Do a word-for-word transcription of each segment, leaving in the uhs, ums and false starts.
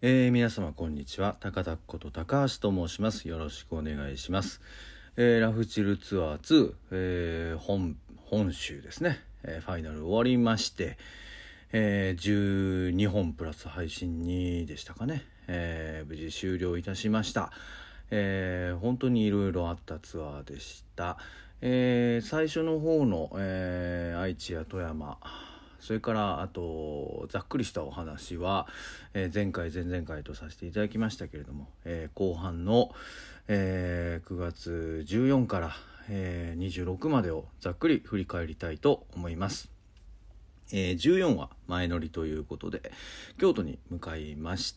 えー、皆様こんにちは。高田こと高橋と申します。よろしくお願いします。えー、ラフチルツアーツー、えー、本本週ですね、えー、ファイナル終わりまして、えー、じゅうにほんプラス配信にでしたかね、えー、無事終了いたしました。えー、本当にいろいろあったツアーでした。えー、最初の方の、えー、愛知や富山、それからあとざっくりしたお話は、えー、前回前々回とさせていただきましたけれども、えー、後半の、えー、くがつじゅうよっかから、えー、にじゅうろくまでをざっくり振り返りたいと思います。えー、じゅうよんは前乗りということで京都に向かいました。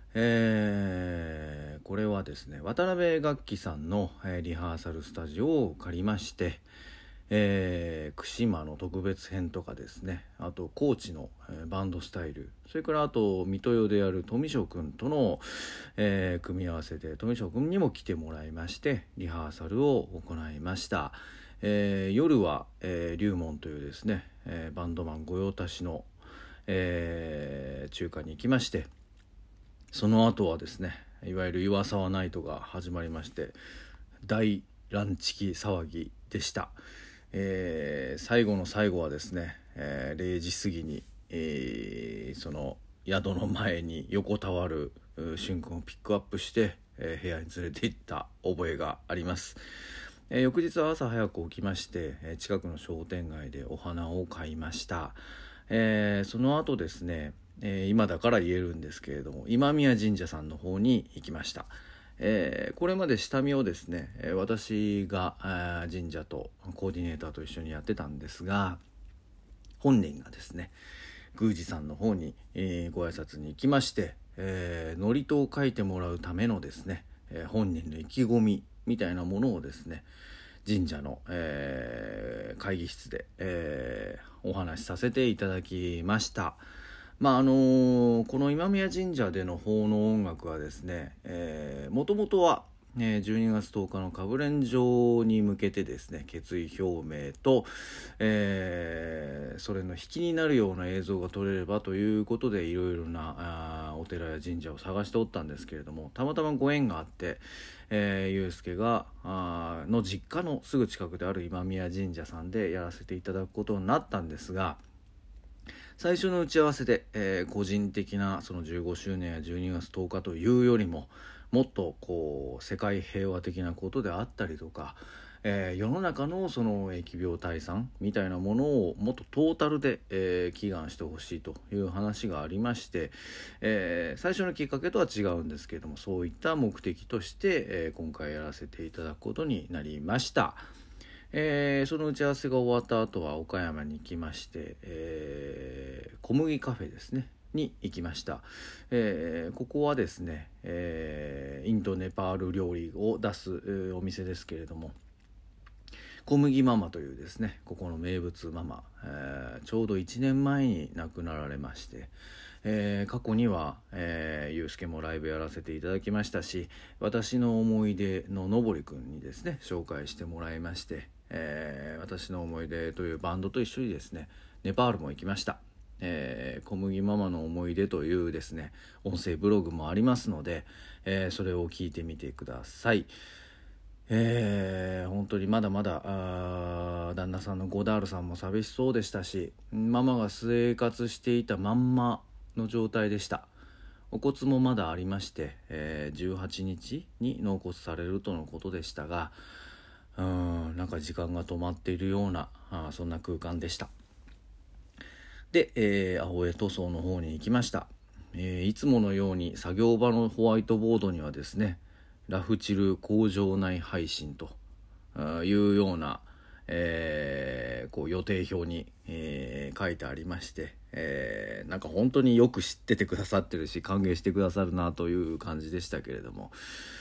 えー、これはですね、渡辺楽器さんの、えー、リハーサルスタジオを借りまして、えー、串間の特別編とかですね、あと高知の、えー、バンドスタイル、それからあと水戸代である富翔くんとの、えー、組み合わせで富翔くんにも来てもらいましてリハーサルを行いました。えー、夜は、えー、龍門というですね、えー、バンドマン御用達の、えー、中華に行きまして、その後はですね、いわゆる岩沢ナイトが始まりまして大ランチキ騒ぎでした。えー、最後の最後はですね、えー、れいじ過ぎに、えー、その宿の前に横たわる瞬間をピックアップして、えー、部屋に連れて行った覚えがあります。えー、翌日は朝早く起きまして、えー、近くの商店街でお花を買いました。えー、その後ですね、えー、今だから言えるんですけれども今宮神社さんの方に行きました。えー、これまで下見をですね、えー、私が神社とコーディネーターと一緒にやってたんですが、本人がですね宮司さんの方に、えー、ご挨拶に行きまして、えー、祝詞を書いてもらうためのですね、えー、本人の意気込みみたいなものをですね神社の、えー、会議室で、えー、お話しさせていただきました。まああのー、この今宮神社での奉納音楽はですね、もともとは、えー、じゅうにがつとおかの歌舞練場に向けてですね決意表明と、えー、それの引きになるような映像が撮れればということでいろいろなあお寺や神社を探しておったんですけれども、たまたまご縁があって、えー、ゆうすけがあの実家のすぐ近くである今宮神社さんでやらせていただくことになったんですが、最初の打ち合わせで、えー、個人的なそのじゅうごしゅうねんやじゅうにがつとおかというよりももっとこう世界平和的なことであったりとか、えー、世の中のその疫病退散みたいなものをもっとトータルで、えー、祈願してほしいという話がありまして、えー、最初のきっかけとは違うんですけれども、そういった目的として、えー、今回やらせていただくことになりました。えー、その打ち合わせが終わった後は岡山に行きまして、えー、小麦カフェですねに行きました。えー、ここはですね、えー、インドネパール料理を出す、えー、お店ですけれども、小麦ママというですねここの名物ママ、えー、ちょうどいちねんまえに亡くなられまして、えー、過去には、えー、ゆうすけもライブやらせていただきましたし、私の思い出ののぼりくんにですね紹介してもらいまして、えー、私の思い出というバンドと一緒にですねネパールも行きました。えー、小麦ママの思い出というですね音声ブログもありますので、えー、それを聞いてみてください。えー、本当にまだまだあ旦那さんのゴダールさんも寂しそうでしたし、ママが生活していたまんまの状態でした。お骨もまだありまして、えー、じゅうはちにちに納骨されるとのことでしたが、うーんなんか時間が止まっているようなあそんな空間でした。で、えー、青江塗装の方に行きました。えー、いつものように作業場のホワイトボードにはですねラフチル工場内配信というような、えー、こう予定表に、えー、書いてありまして、えー、なんか本当によく知っててくださってるし歓迎してくださるなという感じでしたけれども、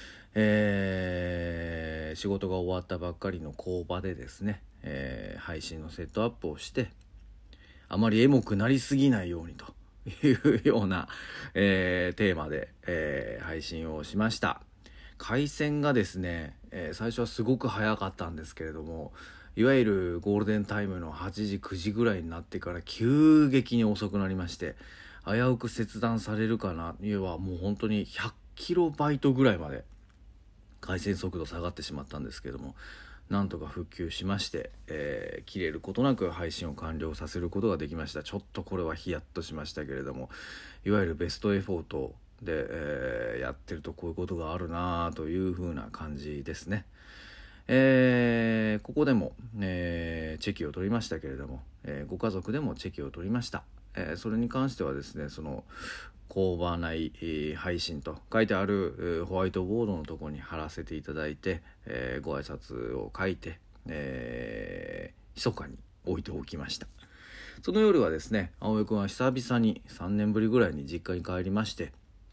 えー、仕事が終わったばっかりの工場でですね、えー、配信のセットアップをしてあまりエモくなりすぎないようにというような、えー、テーマで、えー、配信をしました。回線がですね、えー、最初はすごく早かったんですけれども、いわゆるゴールデンタイムのはちじくじぐらいになってから急激に遅くなりまして、 危うく切断されるかな、いやもう本当にひゃくキロバイトぐらいまで回線速度下がってしまったんですけども、なんとか復旧しまして、えー、切れることなく配信を完了させることができました。ちょっとこれはヒヤッとしましたけれども、いわゆるベストエフォートで、えー、やってるとこういうことがあるなという風な感じですね。えー、ここでも、えー、チェキを取りましたけれども、えー、ご家族でもチェキを取りました。えー、それに関してはですね、その工場内、えー、配信と書いてある、えー、ホワイトボードのところに貼らせていただいて、えー、ご挨拶を書いて、えー、密かに置いておきました。その夜はですね、青江くんは久々にさんねんぶりぐらいに実家に帰りまして、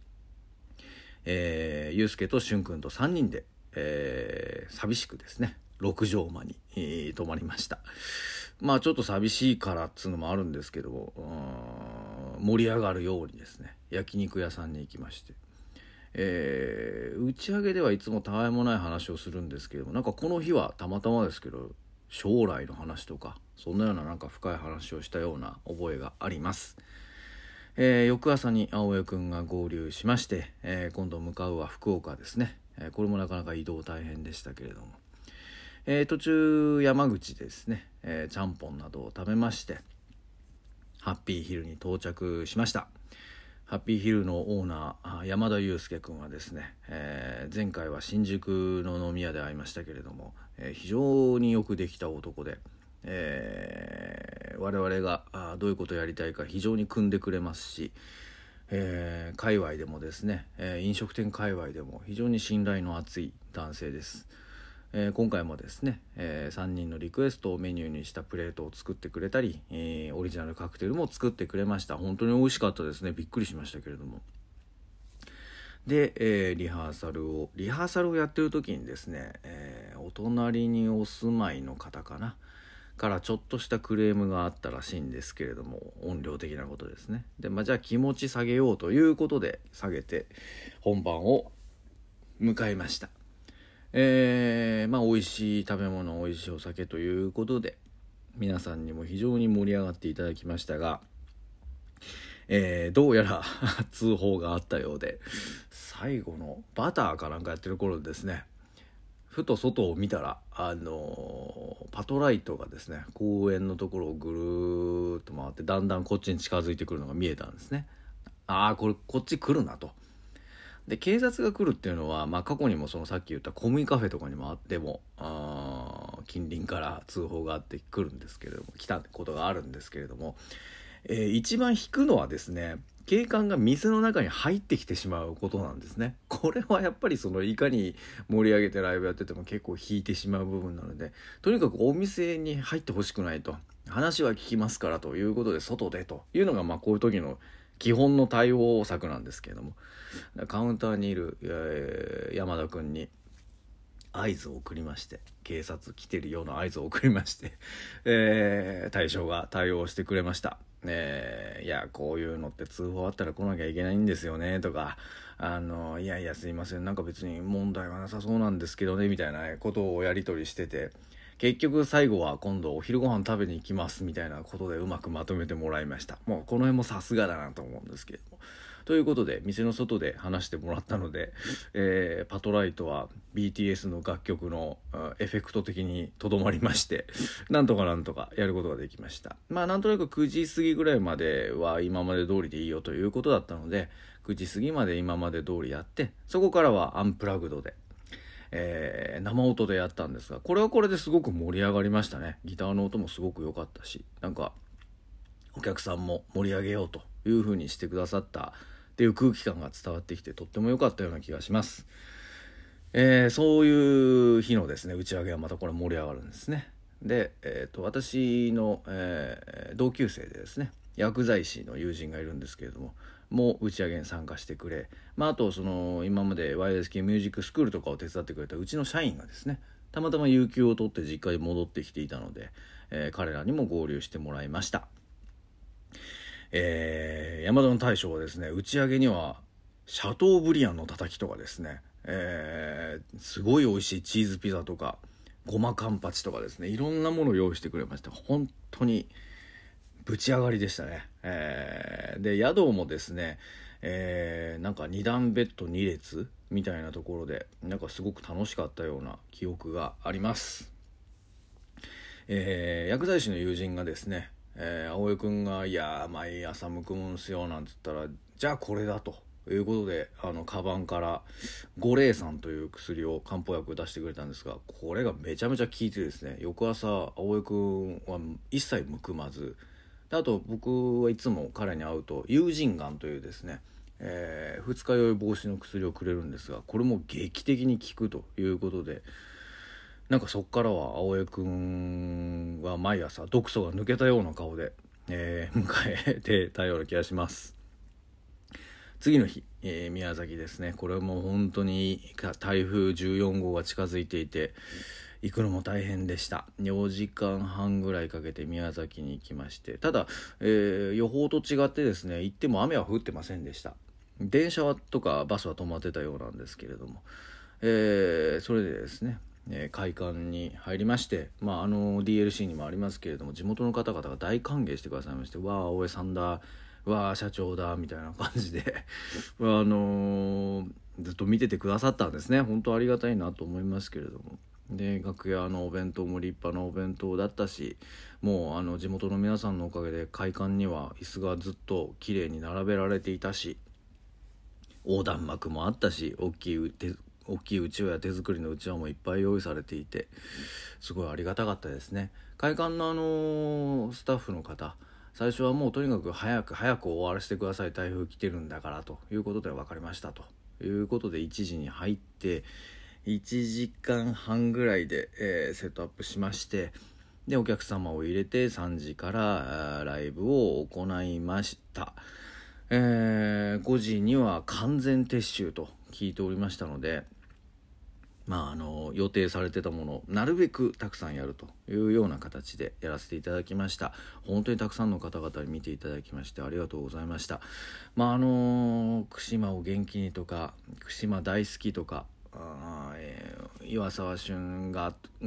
えー、ゆうすけとしゅんくんとさんにんで、えー、寂しくですね六畳間に、えー、泊まりました。まあちょっと寂しいからっつうのもあるんですけども、盛り上がるようにですね焼肉屋さんに行きまして、えー、打ち上げではいつもたわいもない話をするんですけども、なんかこの日はたまたまですけど将来の話とかそんなようななんか深い話をしたような覚えがあります。えー、翌朝に青江くんが合流しまして、えー、今度向かうは福岡ですね。えー、これもなかなか移動大変でしたけれども、えー、途中山口でですね、えー、ちゃんぽんなどを食べましてハッピーヒルに到着しました。ハッピーヒルのオーナー山田裕介くんはですね、えー、前回は新宿の飲み屋で会いましたけれども、えー、非常によくできた男で、えー、我々がどういうことをやりたいか非常に組んでくれますし、えー、界隈でもですね、えー、飲食店界隈でも非常に信頼の厚い男性です。えー、今回もですね、えー、さんにんのリクエストをメニューにしたプレートを作ってくれたり、えー、オリジナルカクテルも作ってくれました。本当に美味しかったですね。びっくりしましたけれども。で、えー、リハーサルをリハーサルをやってる時にですね、えー、お隣にお住まいの方かなからちょっとしたクレームがあったらしいんですけれども、音量的なことですね。で、まあ、じゃあ気持ち下げようということで下げて本番を迎えました。えー、まあ美味しい食べ物、美味しいお酒ということで皆さんにも非常に盛り上がっていただきましたが、えー、どうやら通報があったようで、最後のバターかなんかやってる頃ですね、ふと外を見たらあのー、パトライトがですね公園のところをぐるーっと回ってだんだんこっちに近づいてくるのが見えたんですね。ああこれこっち来るなと。で警察が来るっていうのは、まあ、過去にもそのさっき言ったコムイカフェとかにもあってもあ近隣から通報があって来るんですけれども来たことがあるんですけれども、えー、一番引くのはですね警官が店の中に入ってきてしまうことなんですね。これはやっぱりそのいかに盛り上げてライブやってても結構引いてしまう部分なので、とにかくお店に入ってほしくないと、話は聞きますからということで外でというのがまあこういう時の基本の対応策なんですけれども、カウンターにいる、えー、山田くんに合図を送りまして、警察来てるような合図を送りまして、えー、対象が対応してくれました。えー、いやこういうのって通報あったら来なきゃいけないんですよねとか、あのいやいやすいませんなんか別に問題はなさそうなんですけどねみたいなことをやり取りしてて、結局最後は今度お昼ご飯食べに行きますみたいなことでうまくまとめてもらいました。もうこの辺もさすがだなと思うんですけれども、ということで店の外で話してもらったので、えー、パトライトは ビーティーエス の楽曲のエフェクト的にとどまりまして、なんとかなんとかやることができました。まあなんとなくくじ過ぎぐらいまでは今まで通りでいいよということだったので、くじ過ぎまで今まで通りやって、そこからはアンプラグドで、えー、生音でやったんですが、これはこれですごく盛り上がりましたね。ギターの音もすごく良かったし、なんかお客さんも盛り上げようという風にしてくださったっていう空気感が伝わってきてとっても良かったような気がします。えー、そういう日のですね打ち上げはまたこれ盛り上がるんですね。で、えー、と私の、えー、同級生でですね薬剤師の友人がいるんですけれども、もう打ち上げに参加してくれ、まあ、あとその今まで ワイエスケー ミュージックスクールとかを手伝ってくれたうちの社員がですねたまたま有給を取って実家に戻ってきていたので、えー、彼らにも合流してもらいました。えー、山田の大将はですね打ち上げにはシャトーブリアンのたたきとかですね、えー、すごい美味しいチーズピザとかごまカンパチとかですねいろんなものを用意してくれました。本当にぶち上がりでしたね。えー、で宿もですね、えー、なんかに段ベッドに列みたいなところでなんかすごく楽しかったような記憶があります。えー、薬剤師の友人がですね、えー、青江くんがいや毎朝むくむんすよなんて言ったら、じゃあこれだということで、あのカバンから五苓散という薬を漢方薬出してくれたんですが、これがめちゃめちゃ効いてですね、翌朝青江くんは一切むくまず、であと僕はいつも彼に会うと友人丸というですね、えー、二日酔い防止の薬をくれるんですが、これも劇的に効くということで、なんかそっからは青江くんは毎朝毒素が抜けたような顔で、えー、迎えてたような気がします。次の日、えー、宮崎ですね。これも本当に台風じゅうよん号が近づいていて行くのも大変でした。よじかんはんぐらいかけて宮崎に行きまして、ただ、えー、予報と違ってですね、行っても雨は降ってませんでした。電車とかバスは止まってたようなんですけれども、えー、それでですね、えー、会館に入りまして、まあ、あの ディーエルシー にもありますけれども、地元の方々が大歓迎してくださいまして、わあ大江さんだ、わあ社長だみたいな感じであのー、ずっと見ててくださったんですね。本当ありがたいなと思いますけれども、で楽屋のお弁当も立派なお弁当だったし、もうあの地元の皆さんのおかげで会館には椅子がずっと綺麗に並べられていたし、横断幕もあったし、大きい手大きいうちわや手作りのうちわもいっぱい用意されていて、すごいありがたかったですね。会館のあのスタッフの方、最初はもうとにかく早く早く終わらせてください、台風来てるんだからということで分かりましたということでいちじに入っていちじかんはんぐらいで、えー、セットアップしまして、でお客様を入れてさんじからライブを行いました。えー、ごじには完全撤収と聞いておりましたので、まあ、あの予定されてたものをなるべくたくさんやるというような形でやらせていただきました。本当にたくさんの方々に見ていただきましてありがとうございました。まああの串間を元気にとか串間大好きとか、あ、えー、岩沢俊が、うん、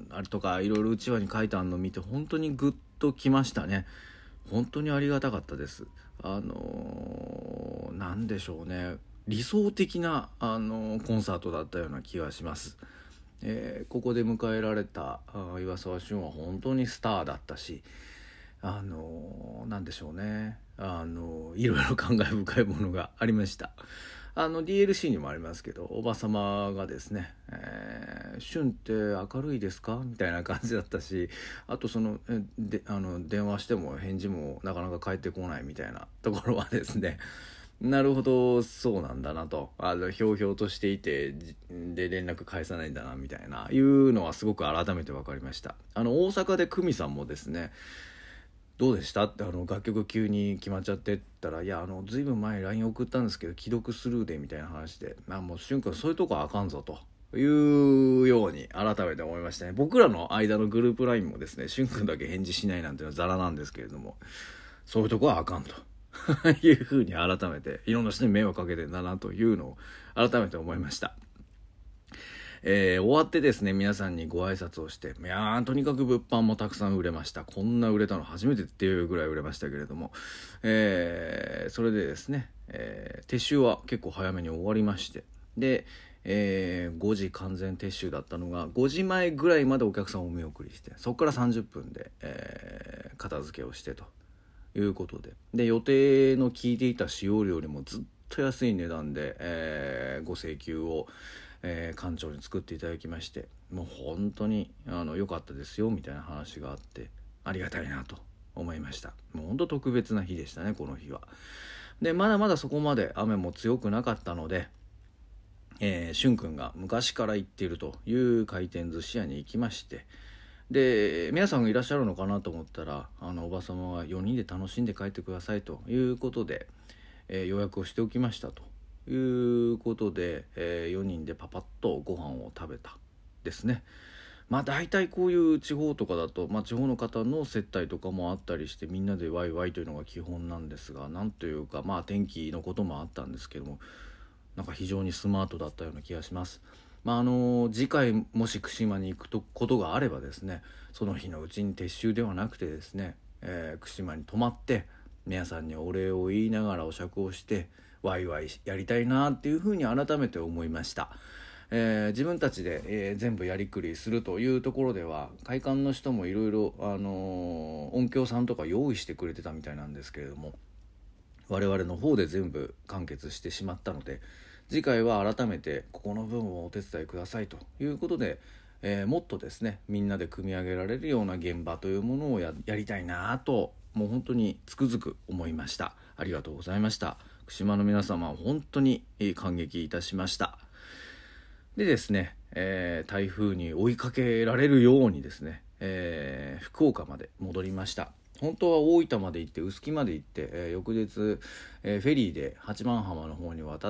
あれとかいろいろうちわに書いてあるのを見て本当にグッときましたね。本当にありがたかったです。あのー、なんでしょうね、理想的な、あのー、コンサートだったような気がします。えー、ここで迎えられた岩沢俊は本当にスターだったし、あのー、なんでしょうね、あのー、いろいろ感慨深いものがありました。あの ディーエルシー にもありますけど、おばさまがですね、えー、俊って明るいですかみたいな感じだったし、あとそのであの電話しても返事もなかなか返ってこないみたいなところはですね、なるほどそうなんだなと、あのひょうひょうとしていてで連絡返さないんだなみたいないうのはすごく改めて分かりました。あの大阪で久美さんもですね、どうでしたってあの楽曲急に決まっちゃってったら、いやあのずいぶん前 ライン 送ったんですけど既読スルーでみたいな話で、あもう俊君そういうとこあかんぞというように改めて思いましたね。僕らの間のグループ ライン もですね、俊君だけ返事しないなんていうのはザラなんですけれども、そういうとこはあかんというふうに改めていろんな人に迷惑かけてんだなというのを改めて思いました。えー、終わってですね、皆さんにご挨拶をして、いやーとにかく物販もたくさん売れました。こんな売れたの初めてっていうぐらい売れましたけれども、えー、それでですね、えー、撤収は結構早めに終わりまして、で、えー、ごじ完全撤収だったのがごじまえぐらいまでお客さんをお見送りして、そこからさんじゅっぷんで、えー、片付けをしてということで、で予定の聞いていた使用料よりもずっと安い値段で、えー、ご請求をえー、館長に作っていただきまして、もう本当にあの良かったですよみたいな話があってありがたいなと思いました。もう本当特別な日でしたね、この日は。でまだまだそこまで雨も強くなかったので、えー、俊くんが昔から行っているという回転寿司屋に行きまして、で皆さんがいらっしゃるのかなと思ったら、あのおば様がよにんで楽しんで帰ってくださいということで、えー、予約をしておきましたということで、えー、よにんでパパッとご飯を食べたですね。まあ大体こういう地方とかだと、まあ、地方の方の接待とかもあったりしてみんなでワイワイというのが基本なんですが、なんというかまあ天気のこともあったんですけども、なんか非常にスマートだったような気がします。まああの次回もし串間に行くとことがあればですね、その日のうちに撤収ではなくてですね、 えー、串間に泊まって皆さんにお礼を言いながらお酌をしてワイワイやりたいなっていうふうに改めて思いました。えー、自分たちで、えー、全部やりくりするというところでは会館の人もいろいろ音響さんとか用意してくれてたみたいなんですけれども、我々の方で全部完結してしまったので、次回は改めてここの部分をお手伝いくださいということで、えー、もっとですねみんなで組み上げられるような現場というものを や, やりたいなともう本当につくづく思いました。ありがとうございました。串間の皆様本当に感激いたしました。でですね、えー、台風に追いかけられるようにですね、えー、福岡まで戻りました。本当は大分まで行って臼杵まで行って、えー、翌日、えー、フェリーで八幡浜の方に渡って、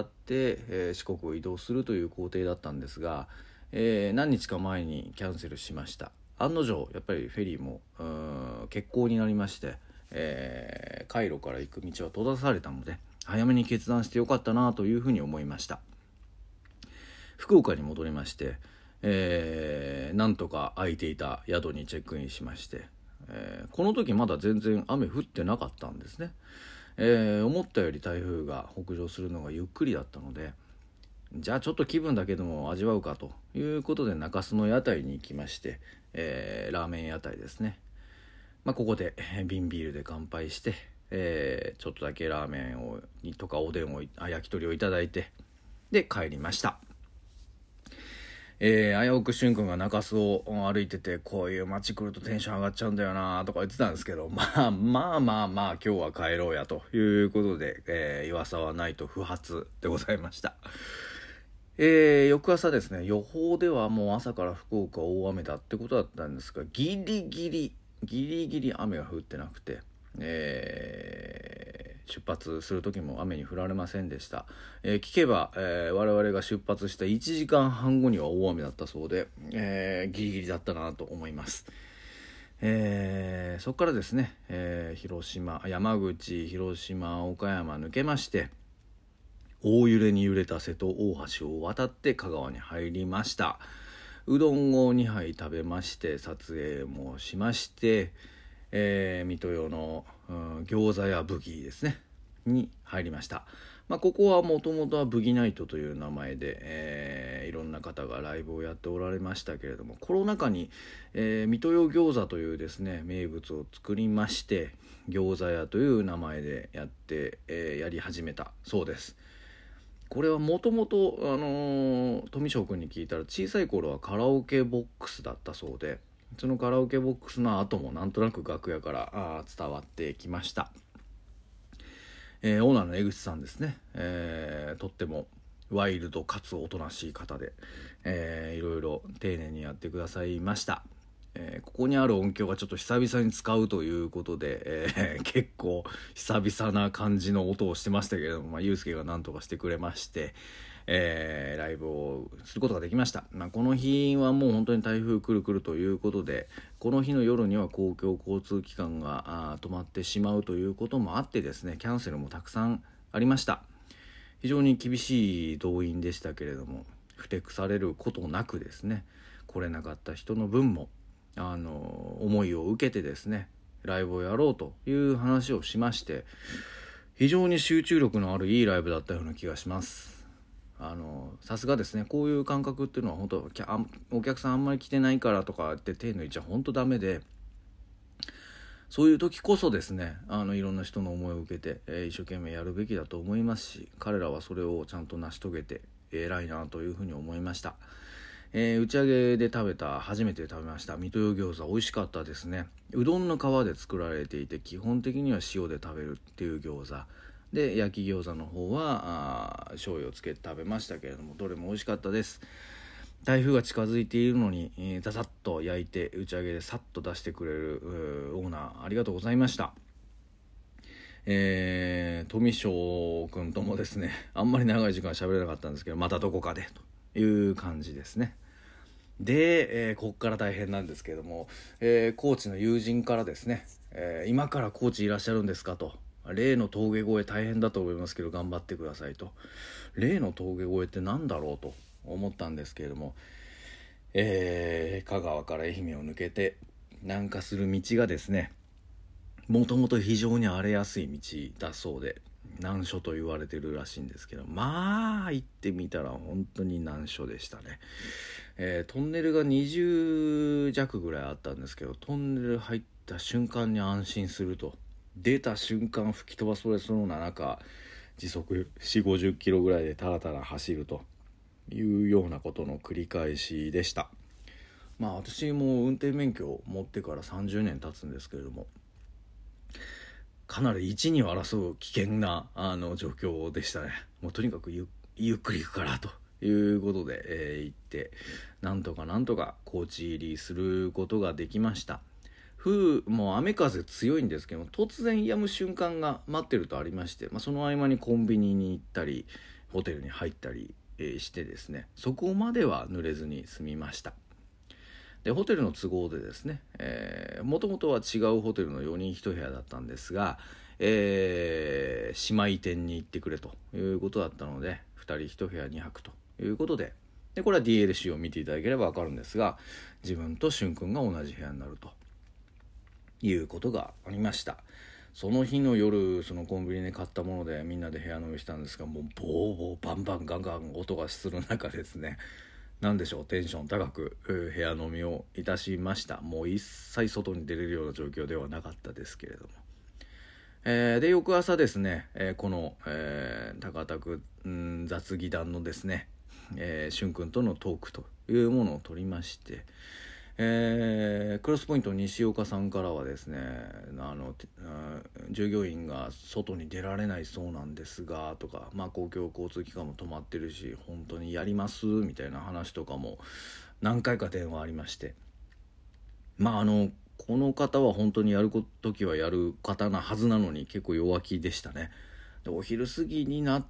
えー、四国を移動するという行程だったんですが、えー、何日か前にキャンセルしました。案の定やっぱりフェリーもうーん欠航になりまして、えー、カイロから行く道は閉ざされたので早めに決断してよかったなというふうに思いました。福岡に戻りまして、えー、なんとか空いていた宿にチェックインしまして、えー、この時まだ全然雨降ってなかったんですね。えー、思ったより台風が北上するのがゆっくりだったので、じゃあちょっと気分だけでも味わうかということで中洲の屋台に行きまして、えー、ラーメン屋台ですね、まあ、ここで瓶ビールで乾杯して、えー、ちょっとだけラーメンをとかおでんをあ焼き鳥をいただいてで帰りました。えー、危うくしゅんくんが中洲を歩いてて、こういう街来るとテンション上がっちゃうんだよなとか言ってたんですけど、まあまあまあまあ今日は帰ろうやということで、えー、岩沢ナイト不発でございました。えー、翌朝ですね、予報ではもう朝から福岡大雨だってことだったんですが、ギリギリギリギリ雨が降ってなくて、えー、出発する時も雨に降られませんでした。えー、聞けば、えー、我々が出発したいちじかんはん後には大雨だったそうで、えー、ギリギリだったなと思います。えー、そこからですね、えー、広島山口広島岡山抜けまして、大揺れに揺れた瀬戸大橋を渡って香川に入りました。うどんをにはい食べまして撮影もしまして、えー、水戸用の、うん、餃子屋ブギーですねに入りました。まあ、ここはもともとはブギナイトという名前で、えー、いろんな方がライブをやっておられましたけれども、コロナ禍に、えー、水戸用餃子というですね名物を作りまして、餃子屋という名前でやって、えー、やり始めたそうです。これはもともと富翔君に聞いたら小さい頃はカラオケボックスだったそうで、そのカラオケボックスの後もなんとなく楽屋からあ伝わってきました。えー、オーナーの江口さんですね、えー、とってもワイルドかつおとなしい方で、えー、いろいろ丁寧にやってくださいました。えー、ここにある音響がちょっと久々に使うということで、えー、結構久々な感じの音をしてましたけれども、まあ、ゆうすけがなんとかしてくれまして、えー、ライブをすることができました。まあ、この日はもう本当に台風来る来るということで、この日の夜には公共交通機関が止まってしまうということもあってですね、キャンセルもたくさんありました。非常に厳しい動員でしたけれども、ふてくされることなくですね、来れなかった人の分もあの思いを受けてですねライブをやろうという話をしまして、非常に集中力のあるいいライブだったような気がします。あのさすがですね、こういう感覚っていうのは本当お客さんあんまり来てないからとかって手抜いちゃ本当ダメで、そういう時こそですねあのいろんな人の思いを受けて、えー、一生懸命やるべきだと思いますし、彼らはそれをちゃんと成し遂げて偉いなというふうに思いました。えー、打ち上げで食べた初めて食べました水戸用餃子美味しかったですね。うどんの皮で作られていて、基本的には塩で食べるっていう餃子で、焼き餃子の方はあ醤油をつけて食べましたけれども、どれも美味しかったです。台風が近づいているのに、えー、ザザッと焼いて打ち上げでさっと出してくれるオーナーありがとうございました。えー、富翔くんともですねあんまり長い時間喋れなかったんですけど、またどこかでという感じですね。で、えー、こっから大変なんですけれども、えー、高知の友人からですね、えー、今から高知いらっしゃるんですかと、例の峠越え大変だと思いますけど頑張ってくださいと。例の峠越えって何だろうと思ったんですけれども、えー、香川から愛媛を抜けて南下する道がですね、 もともと非常に荒れやすい道だそうで難所と言われてるらしいんですけど、まあ行ってみたら本当に難所でしたね。えー、トンネルがにじゅう弱ぐらいあったんですけど、トンネル入った瞬間に安心すると、出た瞬間吹き飛ばされそうな中時速よんじゅうごじゅっキロぐらいでタラタラ走るというようなことの繰り返しでした。まあ私も運転免許を持ってからさんじゅうねん経つんですけれども、かなり一二を争う危険なあの状況でしたね。もうとにかく ゆ, ゆっくり行くからということで、えー、行ってなんとかなんとか高知入りすることができました。風もう雨風強いんですけども、突然止む瞬間が待ってるとありまして、まあ、その合間にコンビニに行ったりホテルに入ったり、えー、してですね、そこまでは濡れずに済みました。でホテルの都合でですね、もともとは違うホテルのよにんいち部屋だったんですが、えー、姉妹店に行ってくれということだったのでふたりいち部屋にはくということで、でこれは ディーエルシー を見ていただければ分かるんですが、自分としゅんくんが同じ部屋になるということがありました。その日の夜、そのコンビニで買ったものでみんなで部屋飲みしたんですが、もうボーボーバンバンガンガン音がする中ですね、なんでしょう、テンション高く部屋飲みをいたしました。もう一切外に出れるような状況ではなかったですけれども、えー、で翌朝ですね、えー、この、えー、高田区ん雑技団のですね、えー、しゅんくんとのトークというものを取りまして、えー、クロスポイント西岡さんからはですね、あの従業員が外に出られないそうなんですがとか、まあ、公共交通機関も止まってるし本当にやりますみたいな話とかも何回か電話ありまして、まああのこの方は本当にやる時はやる方なはずなのに結構弱気でしたね。でお昼過ぎになって、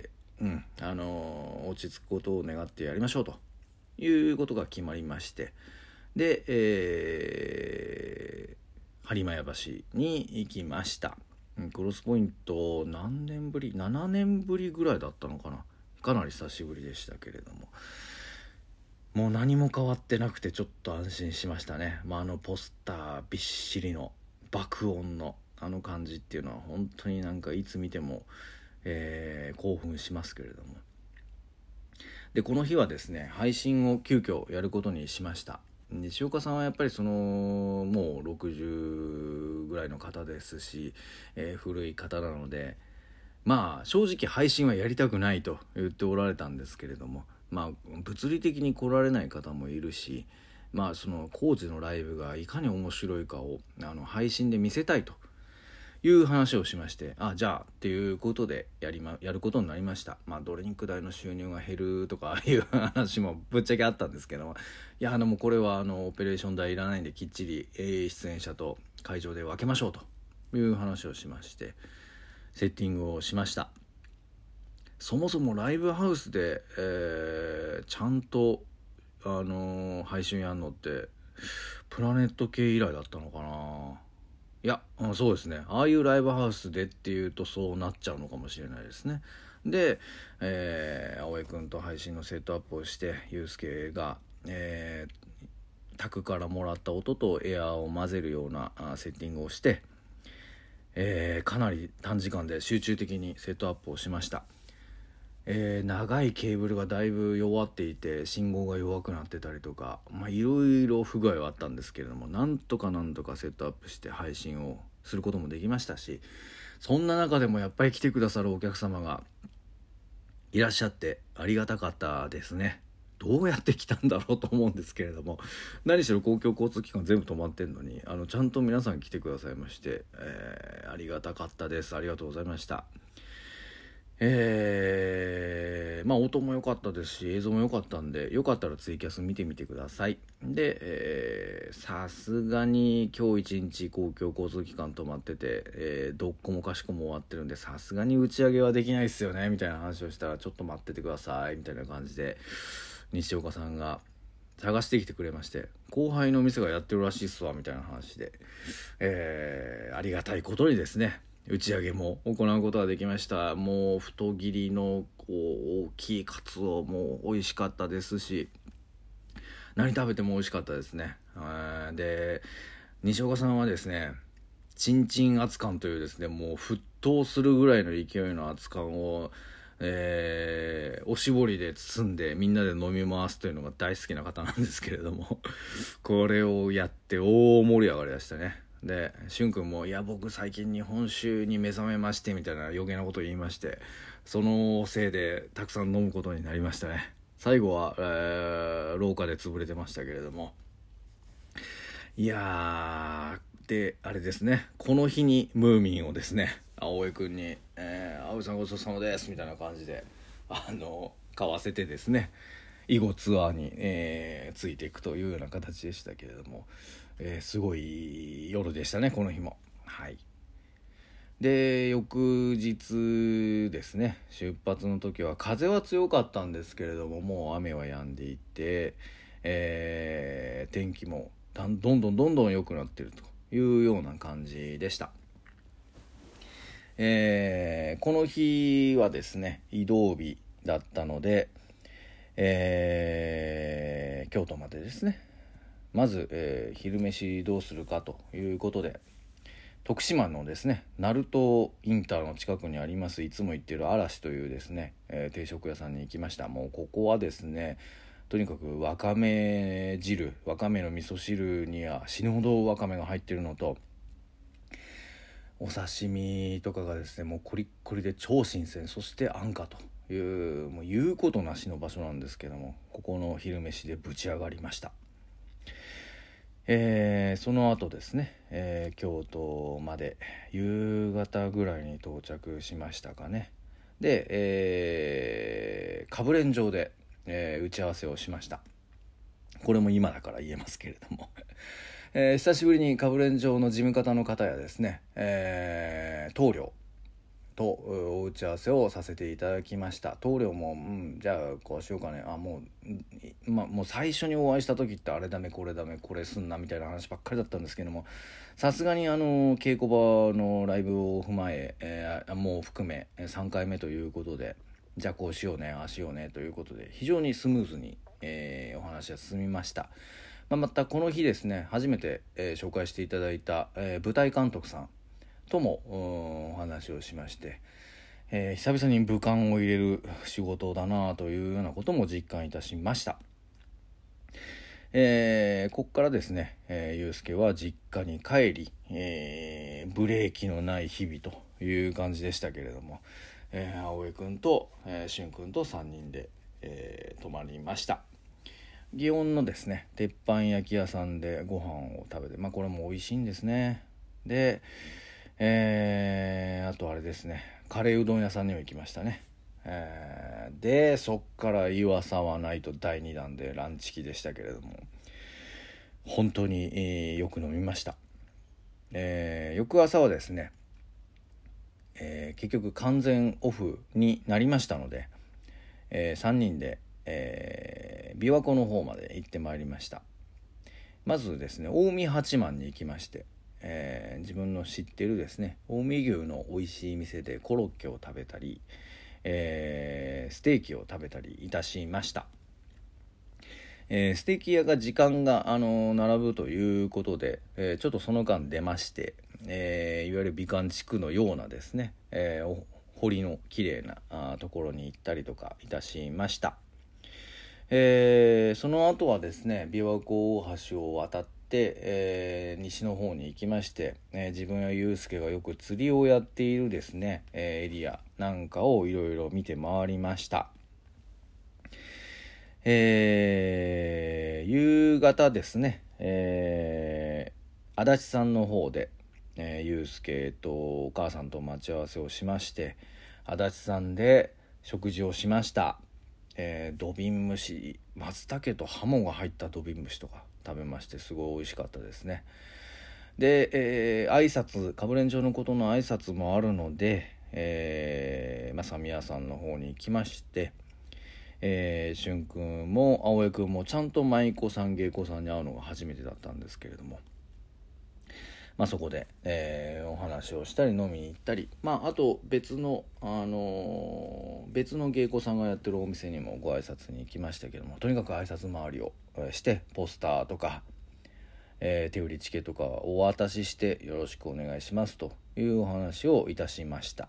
うんあの落ち着くことを願ってやりましょうということが決まりまして、で、えー、播磨屋橋に行きました。クロスポイント何年ぶりななねんぶりぐらいだったのかな、かなり久しぶりでしたけれども、もう何も変わってなくてちょっと安心しましたね。まあ、あのポスターびっしりの爆音のあの感じっていうのは本当になんかいつ見ても、えー、興奮しますけれども、でこの日はですね配信を急遽やることにしました。西岡さんはやっぱりそのもうろくじゅうぐらいの方ですし、えー、古い方なので、まあ正直配信はやりたくないと言っておられたんですけれども、まあ物理的に来られない方もいるし、まあその高知のライブがいかに面白いかをあの配信で見せたいという話をしまして、あじゃあっていうことでやり、ま、やることになりました。まあドリンク代の収入が減るとかいう話もぶっちゃけあったんですけども、いやあのもうこれはあのオペレーション代いらないんできっちり、えー、出演者と会場で分けましょうという話をしまして、セッティングをしました。そもそもライブハウスで、えー、ちゃんと、あのー、配信やんのってプラネット系以来だったのかな。いや、そうですね、ああいうライブハウスでっていうとそうなっちゃうのかもしれないですね。で、えー、青江くんと配信のセットアップをして、ゆうすけが、えー、宅からもらった音とエアーを混ぜるようなセッティングをして、えー、かなり短時間で集中的にセットアップをしました。えー、長いケーブルがだいぶ弱っていて信号が弱くなってたりとか、まあいろいろ不具合はあったんですけれども、なんとかなんとかセットアップして配信をすることもできましたし、そんな中でもやっぱり来てくださるお客様がいらっしゃってありがたかったですね。どうやって来たんだろうと思うんですけれども、何しろ公共交通機関全部止まってんのにあのちゃんと皆さん来てくださいまして、えー、ありがたかったです。ありがとうございました。えー、まあ音も良かったですし映像も良かったんで、よかったらツイキャス見てみてください。で、えー、さすがに今日一日公共交通機関止まってて、えー、どっこもかしこも終わってるんで、さすがに打ち上げはできないですよねみたいな話をしたら、ちょっと待っててくださいみたいな感じで西岡さんが探してきてくれまして、後輩の店がやってるらしいっすわみたいな話で、えー、ありがたいことにですね打ち上げも行うことができました。もう太切りのこう大きいカツオも美味しかったですし、何食べても美味しかったですね。で西岡さんはですね、 チンチン熱燗というですね、もう沸騰するぐらいの勢いの熱燗を、えー、おしぼりで包んでみんなで飲み回すというのが大好きな方なんですけれどもこれをやって大盛り上がりだしたね。でしゅんくんも「いや僕最近日本酒に目覚めまして」みたいな余計なことを言いまして、そのせいでたくさん飲むことになりましたね。最後は、えー、廊下で潰れてましたけれども、いやー、であれですね、この日にムーミンをですね青江くんに、えー「青江さんごちそうさまです」みたいな感じであの買わせてですね、囲碁ツアーに、えー、ついていくというような形でしたけれども、えー、すごい夜でしたねこの日も。はい。で翌日ですね、出発の時は風は強かったんですけれども、もう雨は止んでいて、えー、天気もどんどんどんどん良くなっているというような感じでした。えー、この日はですね移動日だったので、えー、京都までですね、まず、えー、昼飯どうするかということで、徳島のですね鳴門インターの近くにあります、いつも行っている嵐というですね、えー、定食屋さんに行きました。もうここはですね、とにかくわかめ汁、わかめの味噌汁には死ぬほどわかめが入っているのと、お刺身とかがですねもうコリッコリで超新鮮、そして安価という、もう言うことなしの場所なんですけども、ここの昼飯でぶち上がりました。えー、その後ですね、えー、京都まで夕方ぐらいに到着しましたかね。で、えー、歌舞練場で、えー、打ち合わせをしました。これも今だから言えますけれども、えー、久しぶりに歌舞練場の事務方の方やですね、えー、棟梁とお打ち合わせをさせていただきました。棟梁も、うん、じゃあこうしようかね、あもう、ま、もう最初にお会いした時ってあれダメこれダメこれすんなみたいな話ばっかりだったんですけども、さすがにあの稽古場のライブを踏まええー、もう含めさんかいめということで、じゃあこうしようねああしようねということで非常にスムーズに、えー、お話は進みました。まあ、またこの日ですね初めて、えー、紹介していただいた、えー、舞台監督さんともお話をしまして、えー、久々に武漢を入れる仕事だなというようなことも実感いたしました。えー、ここからですね、えー、ゆうすけは実家に帰り、えー、ブレーキのない日々という感じでしたけれども、えー、青江くんと、えー、しゅんくんとさんにんで、えー、泊まりました。祇園のですね鉄板焼き屋さんでご飯を食べて、まあこれも美味しいんですね。で、えー、あとあれですねカレーうどん屋さんにも行きましたね。えー、でそっから岩沢ナイトだいにだんでランチ期でしたけれども、本当に、えー、よく飲みました。えー、翌朝はですね、えー、結局完全オフになりましたので、えー、さんにんで、えー、琵琶湖の方まで行ってまいりました。まずですね近江八幡に行きまして、えー、自分の知ってるですね近江牛の美味しい店でコロッケを食べたり、えー、ステーキを食べたりいたしました。えー、ステーキ屋が時間が、あのー、並ぶということで、えー、ちょっとその間出まして、えー、いわゆる美観地区のようなですね、えー、堀のきれいなあところに行ったりとかいたしました。えー、その後はですね琵琶湖大橋を渡って、えー、西の方に行きまして、えー、自分やユうスケがよく釣りをやっているですね、えー、エリアなんかをいろいろ見て回りました。えー、夕方ですね、えー、足立さんの方で、えー、ゆうすけとお母さんと待ち合わせをしまして、足立さんで食事をしました。えー、土瓶蒸し、松茸とハモが入った土瓶蒸しとか食べまして、すごい美味しかったですね。で、えー、挨拶歌舞練場のことの挨拶もあるので、えー、正宮さんの方に行きまして、えー、しゅんくんも青江くんもちゃんと舞妓さん芸妓さんに会うのが初めてだったんですけれども、まあ、そこで、えー、お話をしたり飲みに行ったり、まあ、あと別の、あのー、別の芸妓さんがやってるお店にもご挨拶に行きましたけども、とにかく挨拶回りをしてポスターとか、 えー、手売りチケとかお渡ししてよろしくお願いしますというお話をいたしました。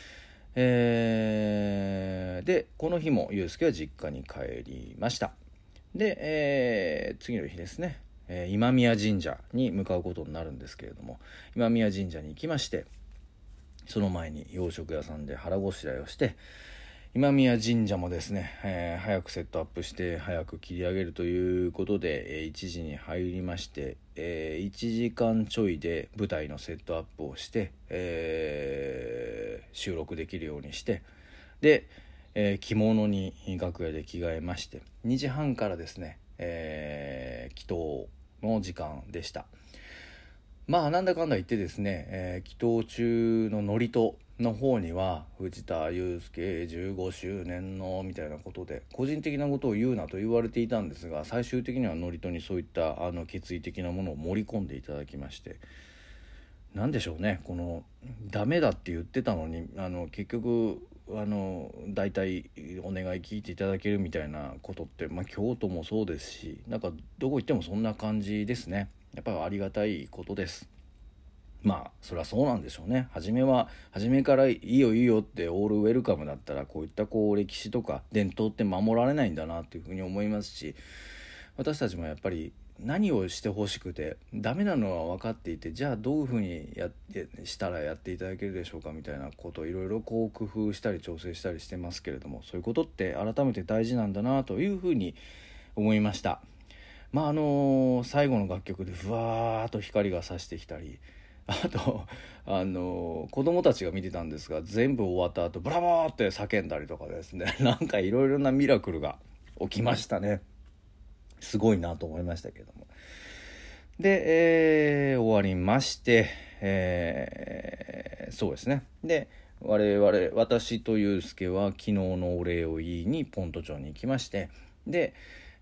えー、でこの日もゆうすけは実家に帰りました。で、えー、次の日ですね、えー、今宮神社に向かうことになるんですけれども、今宮神社に行きまして、その前に洋食屋さんで腹ごしらえをして、今宮神社もですね、えー、早くセットアップして早く切り上げるということで、えー、いちじに入りまして、えー、いちじかんちょいで舞台のセットアップをして、えー、収録できるようにして、で、えー、着物に楽屋で着替えまして、にじはんからですね、えー、祈祷の時間でした。まあなんだかんだ言ってですね、えー、祈祷中の祝詞の方には藤田祐介じゅうごしゅうねんのみたいなことで個人的なことを言うなと言われていたんですが、最終的には祝詞にそういったあの決意的なものを盛り込んでいただきまして、なんでしょうね、このダメだって言ってたのにあの結局あの大体お願い聞いていただけるみたいなことって、まあ、京都もそうですし、なんかどこ行ってもそんな感じですね。やっぱりありがたいことです。まあそりゃそうなんでしょうね。初めは初めからいいよいいよってオールウェルカムだったら、こういったこう歴史とか伝統って守られないんだなというふうに思いますし、私たちもやっぱり何をしてほしくてダメなのは分かっていて、じゃあどういうふうにやってしたらやっていただけるでしょうかみたいなことをいろいろこう工夫したり調整したりしてますけれども、そういうことって改めて大事なんだなというふうに思いました。まああのー、最後の楽曲でふわーっと光が差してきたり、あとあのー、子供たちが見てたんですが、全部終わった後ブラボーって叫んだりとかですね、なんかいろいろなミラクルが起きましたね。すごいなと思いましたけども。で、えー、終わりまして、えー、そうですね。で我々私とゆうすけは昨日のお礼を言いにポント町に行きまして、で、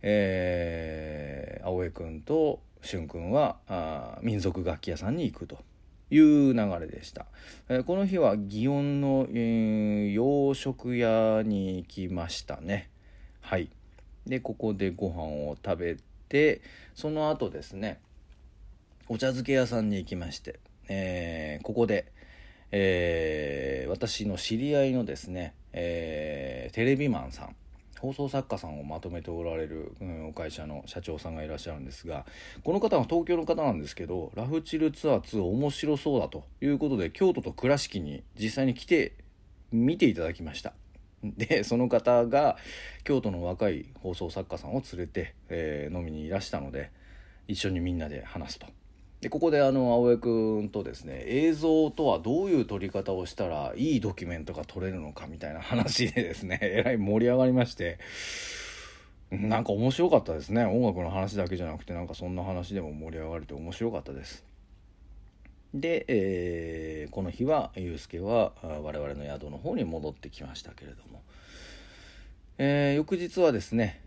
えー、青江くんとしゅんくんはあ民族楽器屋さんに行くという流れでした。えー、この日は祇園の、えー、洋食屋に行きましたね。はい。でここでご飯を食べて、その後ですねお茶漬け屋さんに行きまして、えー、ここで、えー、私の知り合いのですね、えー、テレビマンさん、放送作家さんをまとめておられる、うん、お会社の社長さんがいらっしゃるんですが、この方は東京の方なんですけど、ラフチルツアーツー面白そうだということで京都と倉敷に実際に来て見ていただきました。でその方が京都の若い放送作家さんを連れて、えー、飲みにいらしたので、一緒にみんなで話すと。でここであの青江くんとですね、映像とはどういう撮り方をしたらいいドキュメントが撮れるのかみたいな話でですね、えらい盛り上がりまして、なんか面白かったですね。音楽の話だけじゃなくて、なんかそんな話でも盛り上がれて面白かったです。で、えー、この日はゆうすけは我々の宿の方に戻ってきましたけれども、えー、翌日はですね、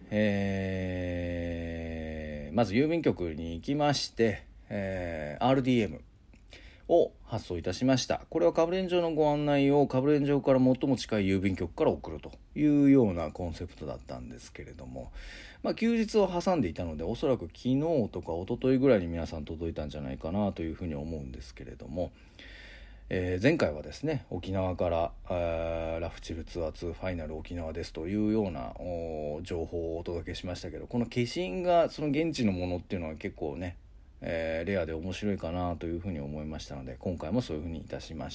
えー、まず郵便局に行きまして、えー、アールディーエム を発送いたしました。これはカブレン城のご案内をカブレン城から最も近い郵便局から送るというようなコンセプトだったんですけれども、まあ、休日を挟んでいたのでおそらく昨日とか一昨日ぐらいに皆さん届いたんじゃないかなというふうに思うんですけれども、えー、前回はですね沖縄からラフチルツアーツーファイナル沖縄ですというような情報をお届けしましたけど、この消印がその現地のものっていうのは結構ね、えー、レアで面白いかなというふうに思いましたので、今回もそういうふうにいたしました。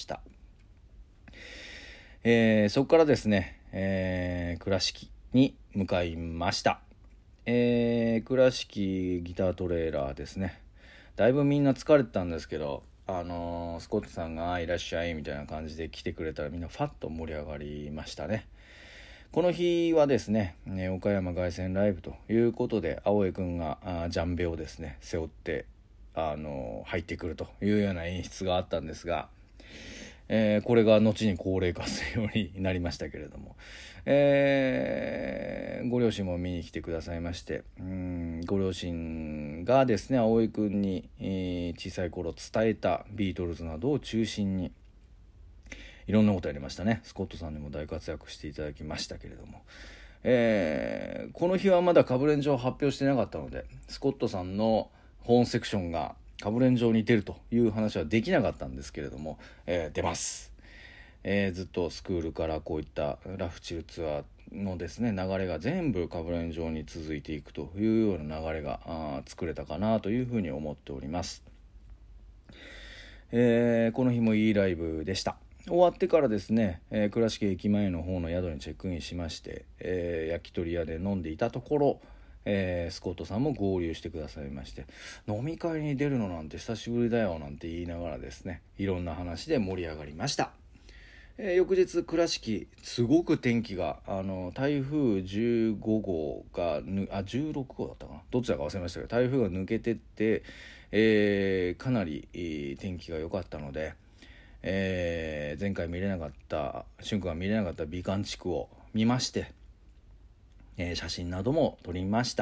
えー、そこからですね、えー、倉敷に向かいました。えー、倉敷ギタートレーラーですね。だいぶみんな疲れてたんですけど、あのー、スコットさんがいらっしゃいみたいな感じで来てくれたら、みんなファッと盛り上がりましたね。この日はですね、ね岡山凱旋ライブということで、青江くんがあジャンベをですね背負ってあの入ってくるというような演出があったんですが、えー、これが後に高齢化するようになりましたけれども、えー、ご両親も見に来てくださいまして、うーんご両親がですね青江くんに、えー、小さい頃伝えたビートルズなどを中心にいろんなことやりましたね。スコットさんにも大活躍していただきましたけれども、えー、この日はまだカブレンジを発表してなかったので、スコットさんの本セクションがカブレン城に出るという話はできなかったんですけれども、えー、出ます。えー、ずっとスクールからこういったラフチルツアーのですね流れが全部カブレン城に続いていくというような流れがあ作れたかなというふうに思っております。えー、この日もいいライブでした。終わってからですね、えー、倉敷駅前の方の宿にチェックインしまして、えー、焼き鳥屋で飲んでいたところ、えー、スコットさんも合流してくださいまして、飲み会に出るのなんて久しぶりだよなんて言いながらですね、いろんな話で盛り上がりました。えー、翌日倉敷すごく天気があの台風じゅうごごうがぬあじゅうろくごうだったかな、どちらか忘れましたけど台風が抜けてって、えー、かなり、えー、天気が良かったので、えー、前回見れなかった俊君が見れなかった美観地区を見まして、えー、写真なども撮りました。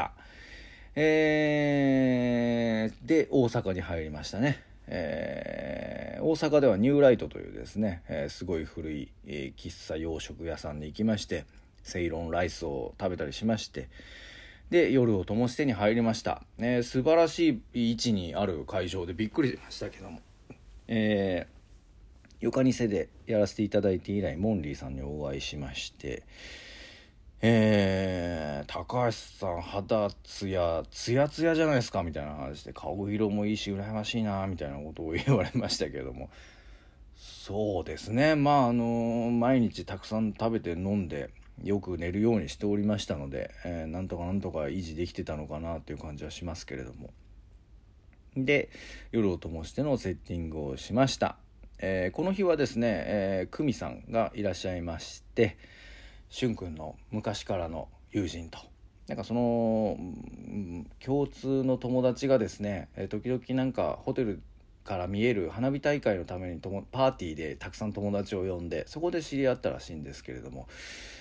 えー、で大阪に入りましたね。えー、大阪ではニューライトというですね、えー、すごい古い、えー、喫茶洋食屋さんに行きまして、セイロンライスを食べたりしまして、で夜を灯してに入りました。えー、素晴らしい位置にある会場でびっくりしましたけども、えー、ヨカニセでやらせていただいて以来モンリーさんにお会いしまして、えー、高橋さん肌ツヤツヤツヤじゃないですかみたいな話で、顔色もいいし羨ましいなみたいなことを言われましたけども、そうですね、まああの毎日たくさん食べて飲んでよく寝るようにしておりましたので、えー、なんとかなんとか維持できてたのかなという感じはしますけれども、で夜を灯してのセッティングをしました。えー、この日はですね、えー、久美さんがいらっしゃいまして、しゅんくんの昔からの友人と、なんかその、うん、共通の友達がですね、えー、時々なんかホテルから見える花火大会のためにともパーティーでたくさん友達を呼んで、そこで知り合ったらしいんですけれども、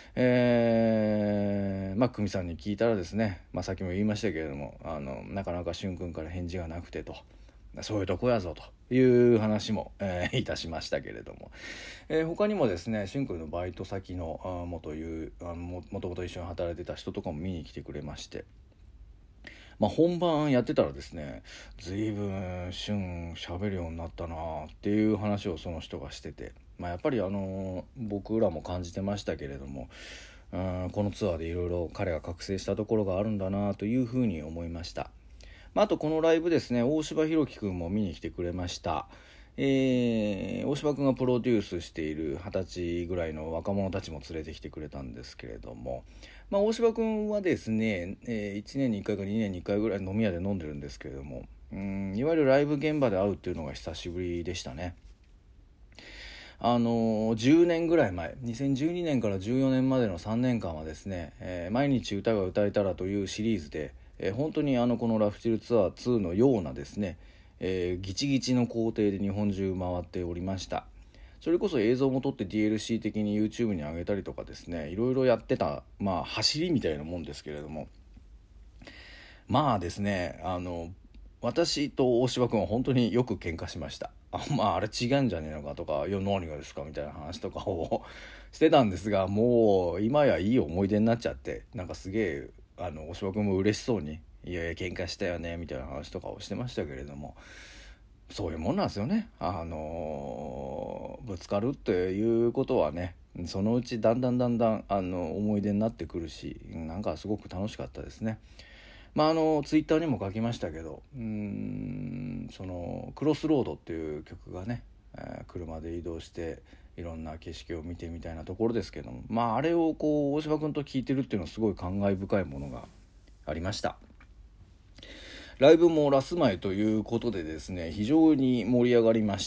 えー、まあ久美さんに聞いたらですね、まあ、さっきも言いましたけれども、あのなかなかしゅんくんから返事がなくてと、そういうとこやぞという話も、えー、いたしましたけれども、えー、他にもですね、しゅんくんのバイト先のあ元いうあももともと一緒に働いてた人とかも見に来てくれまして、まあ、本番やってたらですね、随分しゅん喋るようになったなっていう話をその人がしてて、まあ、やっぱりあのー、僕らも感じてましたけれども、うんこのツアーでいろいろ彼が覚醒したところがあるんだなというふうに思いました。まあ、あとこのライブですね、大柴弘樹くんも見に来てくれました。えー、大柴くんがプロデュースしているはたちぐらいの若者たちも連れてきてくれたんですけれども、まあ、大柴くんはですね、えー、いちねんにいっかいかにねんにいっかいぐらい飲み屋で飲んでるんですけれども、うんいわゆるライブ現場で会うっていうのが久しぶりでしたね。あのー、じゅうねんぐらい前、にせんじゅうにねんからじゅうよねんまでのさんねんかんはですね、えー、毎日歌が歌えたらというシリーズで、えー、本当にあのこのラフチルツアーツーのようなですね、えー、ギチギチの工程で日本中回っておりました。それこそ映像も撮って ディーエルシー 的に YouTube に上げたりとかですね、いろいろやってた、まあ走りみたいなもんですけれども、まあですね、あの私と大柴君は本当によく喧嘩しました。あまああれ違うんじゃねえのかとか、いや何がですかみたいな話とかをしてたんですが、もう今やいい思い出になっちゃって、なんかすげえあの大柴君も嬉しそうに、いやいや喧嘩したよねみたいな話とかをしてましたけれども、そういうもんなんですよね。あのぶつかるっていうことはね、そのうちだんだんだんだんあの思い出になってくるし、なんかすごく楽しかったですね。まああのツイッターにも書きましたけど、うーんそのクロスロードっていう曲がね、えー、車で移動していろんな景色を見てみたいなところですけども、まああれをこう大柴君と聴いてるっていうのはすごい感慨深いものがありました。ライブもラス前ということでですね、非常に盛り上がりまして、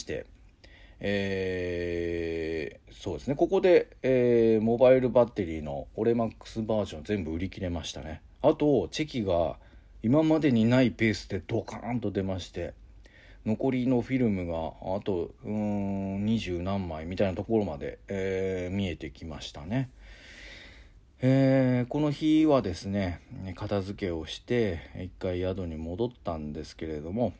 えー、そうですね、ここで、えー、モバイルバッテリーのオレマックスバージョン全部売り切れましたね。あとチェキが今までにないペースでドカーンと出まして、残りのフィルムがあとうーんにじゅう何枚みたいなところまで、えー、見えてきましたね。えー、この日はですね、片付けをして一回宿に戻ったんですけれども、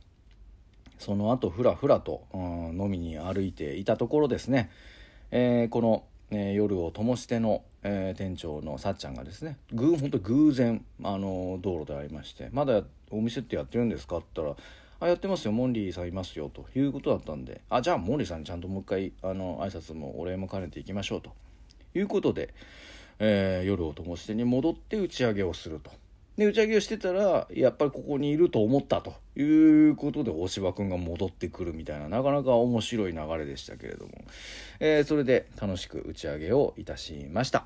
その後ふらふらと、うん、飲みに歩いていたところですね、えー、このえー、夜を灯しての、えー、店長のさっちゃんがですね、ぐ本当偶然、あのー、道路で会いまして、まだお店ってやってるんですかって言ったら、あ、やってますよ、モンリーさんいますよということだったんで、あ、じゃあモンリーさんにちゃんともう一回あの挨拶もお礼も兼ねていきましょうということで、えー、夜を灯してに戻って打ち上げをすると。で打ち上げをしてたらやっぱりここにいると思ったということで大柴くんが戻ってくるみたいな、なかなか面白い流れでしたけれども、えー、それで楽しく打ち上げをいたしました。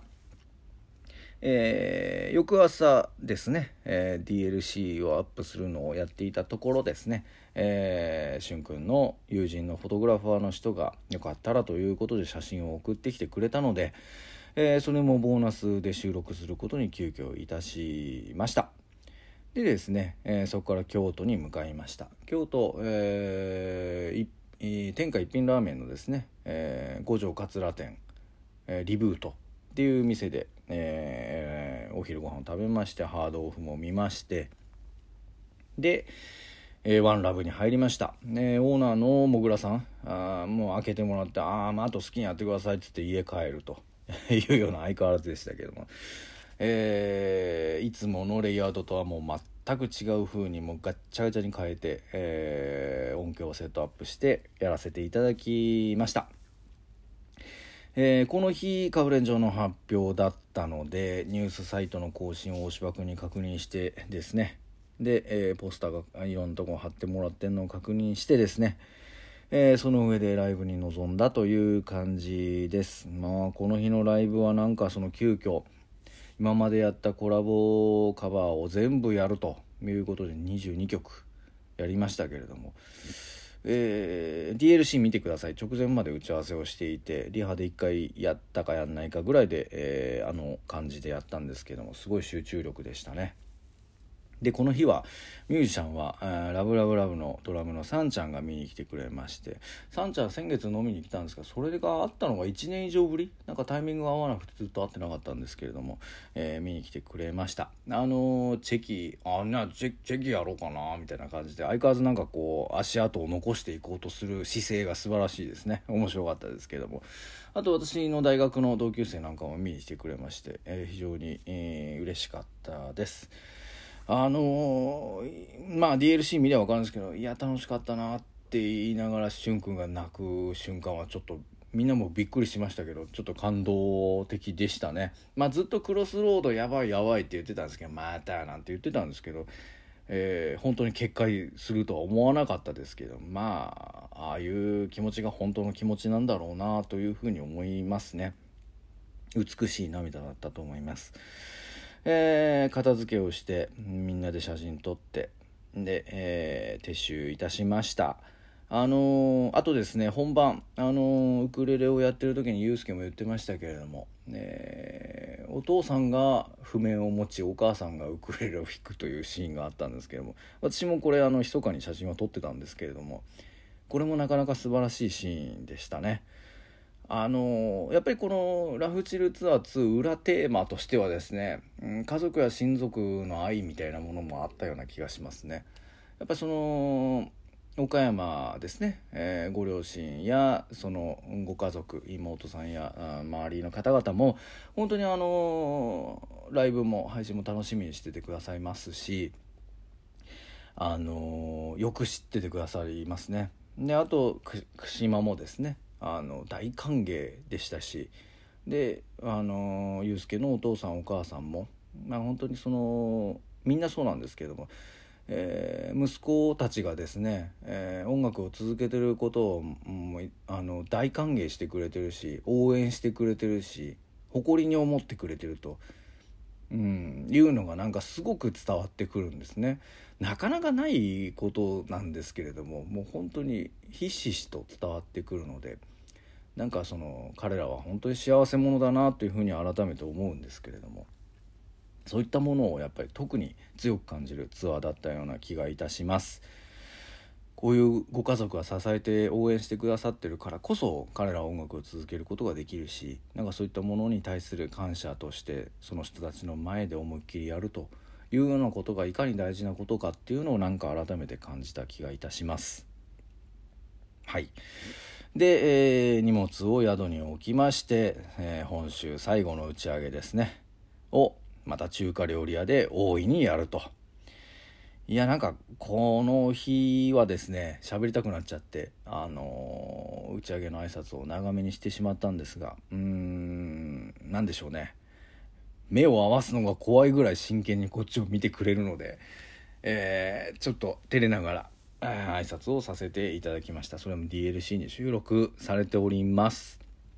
えー、翌朝ですね、えー、ディーエルシー をアップするのをやっていたところですね、えー、しゅんくんの友人のフォトグラファーの人がよかったらということで写真を送ってきてくれたので、えー、それもボーナスで収録することに急遽いたしました。でですね、えー、そこから京都に向かいました。京都、えー、天下一品ラーメンのですね、えー、五条桂店、えー、リブートっていう店で、えー、お昼ご飯を食べまして、ハードオフも見まして、で、えー、ワンラブに入りました、ね、オーナーのもぐらさん、あもう開けてもらって、あ、まあ、あと好きにやってくださいって言って家帰るというような相変わらずでしたけども、えー、いつものレイアウトとはもう全く違う風にもうガッチャガチャに変えて、えー、音響をセットアップしてやらせていただきました。えー、この日カフレン上の発表だったので、ニュースサイトの更新を大柴君に確認してですね、で、えー、ポスターがいろんなとこ貼ってもらってんのを確認してですね、えー、その上でライブに臨んだという感じです。まあこの日のライブはなんかその急遽今までやったコラボカバーを全部やるということでにじゅうにきょくやりましたけれども、えー、ディーエルシー 見てください。直前まで打ち合わせをしていて、リハでいっかいやったかやんないかぐらいで、えー、あの感じでやったんですけども、すごい集中力でしたね。でこの日はミュージシャンはラブラブラブのドラムのサンちゃんが見に来てくれまして、サンちゃん先月飲みに来たんですが、それがあったのがいちねん以上ぶり、なんかタイミングが合わなくてずっと会ってなかったんですけれども、えー、見に来てくれました。あのー、チェキあなチェチェキやろうかなみたいな感じで、相変わらずなんかこう足跡を残していこうとする姿勢が素晴らしいですね。面白かったですけれども、あと私の大学の同級生なんかも見に来てくれまして、えー、非常に、えー、嬉しかったです。あのー、まあ ディーエルシー 見れば分かるんですけど、いや楽しかったなって言いながらしゅんくんが泣く瞬間はちょっとみんなもびっくりしましたけど、ちょっと感動的でしたね。まあずっとクロスロードやばいやばいって言ってたんですけど、またなんて言ってたんですけど、えー、本当に決壊するとは思わなかったですけど、まあああいう気持ちが本当の気持ちなんだろうなというふうに思いますね。美しい涙だったと思います。えー、片付けをしてみんなで写真撮ってで、えー、撤収いたしました。あのー、あとですね、本番、あのー、ウクレレをやってる時にユうスケも言ってましたけれども、えー、お父さんが譜面を持ちお母さんがウクレレを弾くというシーンがあったんですけれども、私もこれあの密かに写真は撮ってたんですけれども、これもなかなか素晴らしいシーンでしたね。あのやっぱりこのラフチルツアーツー裏テーマとしてはですね、うん、家族や親族の愛みたいなものもあったような気がしますね。やっぱりその岡山ですね、えー、ご両親やそのご家族、妹さんや周りの方々も本当にあのライブも配信も楽しみにしててくださいますし、あのよく知っててくださいますね。であと串間もですね、あの大歓迎でしたし、であのユうスケのお父さんお母さんも、まあ、本当にそのみんなそうなんですけども、えー、息子たちがですね、えー、音楽を続けてることを、うん、あの大歓迎してくれてるし、応援してくれてるし、誇りに思ってくれてると、うん、いうのがなんかすごく伝わってくるんですね。なかなかないことなんですけれども、もう本当にひしひしと伝わってくるので、なんかその彼らは本当に幸せ者だなというふうに改めて思うんですけれども、そういったものをやっぱり特に強く感じるツアーだったような気がいたします。こういうご家族が支えて応援してくださってるからこそ彼らは音楽を続けることができるし、なんかそういったものに対する感謝としてその人たちの前で思いっきりやるというようなことがいかに大事なことかっていうのをなんか改めて感じた気がいたします。はい。 で、えー、荷物を宿に置きまして、えー、本州最後の打ち上げですねをまた中華料理屋で大いにやると。いやなんかこの日はですね喋りたくなっちゃって、あのー、打ち上げの挨拶を長めにしてしまったんですが、うーんなんでしょうね、目を合わすのが怖いぐらい真剣にこっちを見てくれるので、えー、ちょっと照れながら挨拶をさせていただきました。それも ディーエルシー に収録されております。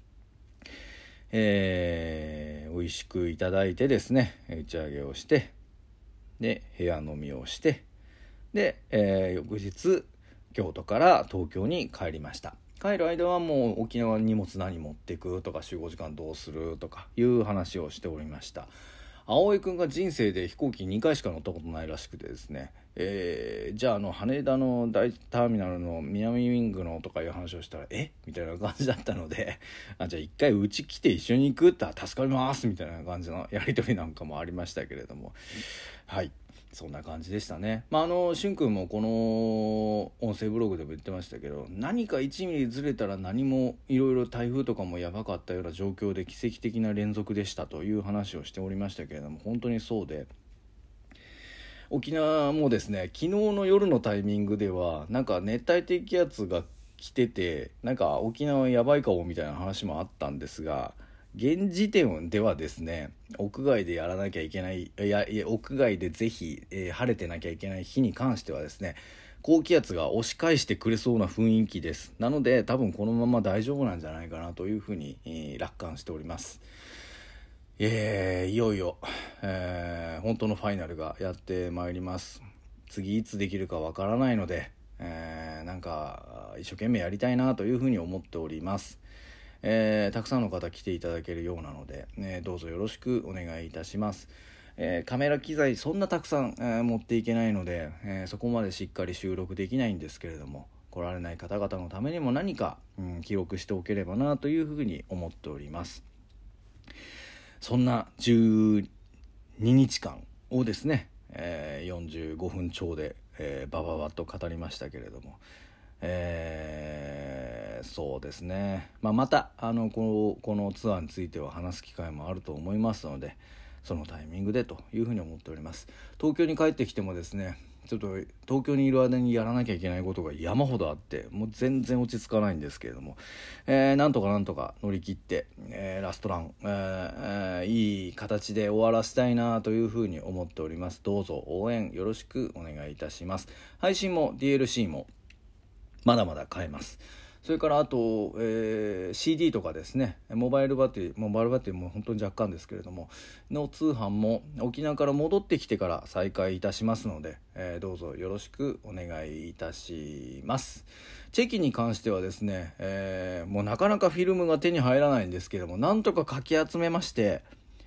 えー、美味しくいただいてですね打ち上げをして、で部屋飲みをして、で、えー、翌日京都から東京に帰りました。帰る間はもう沖縄に荷物何持ってくとか集合時間どうするとかいう話をしておりました。葵くんが人生で飛行機にかいしか乗ったことないらしくてですね、えー、じゃああの羽田の大ターミナルの南ウィングのとかいう話をしたらえみたいな感じだったのであじゃあ一回うち来て一緒に行くって助かりますみたいな感じのやり取りなんかもありましたけれども、はいそんな感じでしたね。まああのしゅんくんもこの音声ブログでも言ってましたけど、何かいちミリずれたら何もいろいろ台風とかもやばかったような状況で奇跡的な連続でしたという話をしておりましたけれども、本当にそうで、沖縄もですね昨日の夜のタイミングではなんか熱帯低気圧が来ててなんか沖縄やばいかもみたいな話もあったんですが、現時点ではですね屋外でやらなきゃいけないいやいや屋外でぜひ、えー、晴れてなきゃいけない日に関してはですね高気圧が押し返してくれそうな雰囲気です。なので多分このまま大丈夫なんじゃないかなというふうに、えー、楽観しております。えー、いよいよ、えー、本当のファイナルがやってまいります。次いつできるかわからないので、えー、なんか一生懸命やりたいなというふうに思っております。えー、たくさんの方来ていただけるようなので、ね、どうぞよろしくお願いいたします。えー、カメラ機材そんなたくさん、えー、持っていけないので、えー、そこまでしっかり収録できないんですけれども、来られない方々のためにも何か、うん、記録しておければなというふうに思っております。そんなじゅうににちかんをですね、えー、よんじゅうごふん超で、えー、バババッと語りましたけれども、えー、そうですね、まあ、またあのこの、このツアーについては話す機会もあると思いますので、そのタイミングでというふうに思っております。東京に帰ってきてもですねちょっと東京にいる間にやらなきゃいけないことが山ほどあってもう全然落ち着かないんですけれども、えー、なんとかなんとか乗り切って、えー、ラストラン、えーえー、いい形で終わらせたいなというふうに思っております。どうぞ応援よろしくお願いいたします。配信も ディーエルシー もまだまだ買えます。それからあと、えー、シーディー とかですねモバイルバッテリーモバイルバッテリーも本当に若干ですけれどもの通販も沖縄から戻ってきてから再開いたしますので、えー、どうぞよろしくお願いいたします。チェキに関してはですね、えー、もうなかなかフィルムが手に入らないんですけどもなんとかかき集めまして、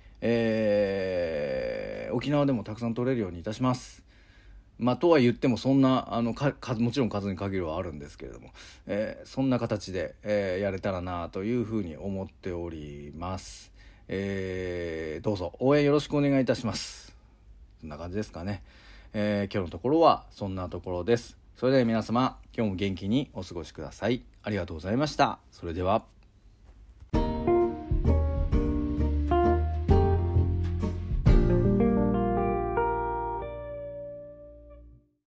えー、沖縄でもたくさん撮れるようにいたします。まあ、とは言ってもそんなあのかかもちろん数に限りはあるんですけれども、えー、そんな形で、えー、やれたらなというふうに思っております。えー、どうぞ応援よろしくお願いいたします。そんな感じですかね。えー、今日のところはそんなところです。それでは皆様今日も元気にお過ごしください。ありがとうございました。それでは。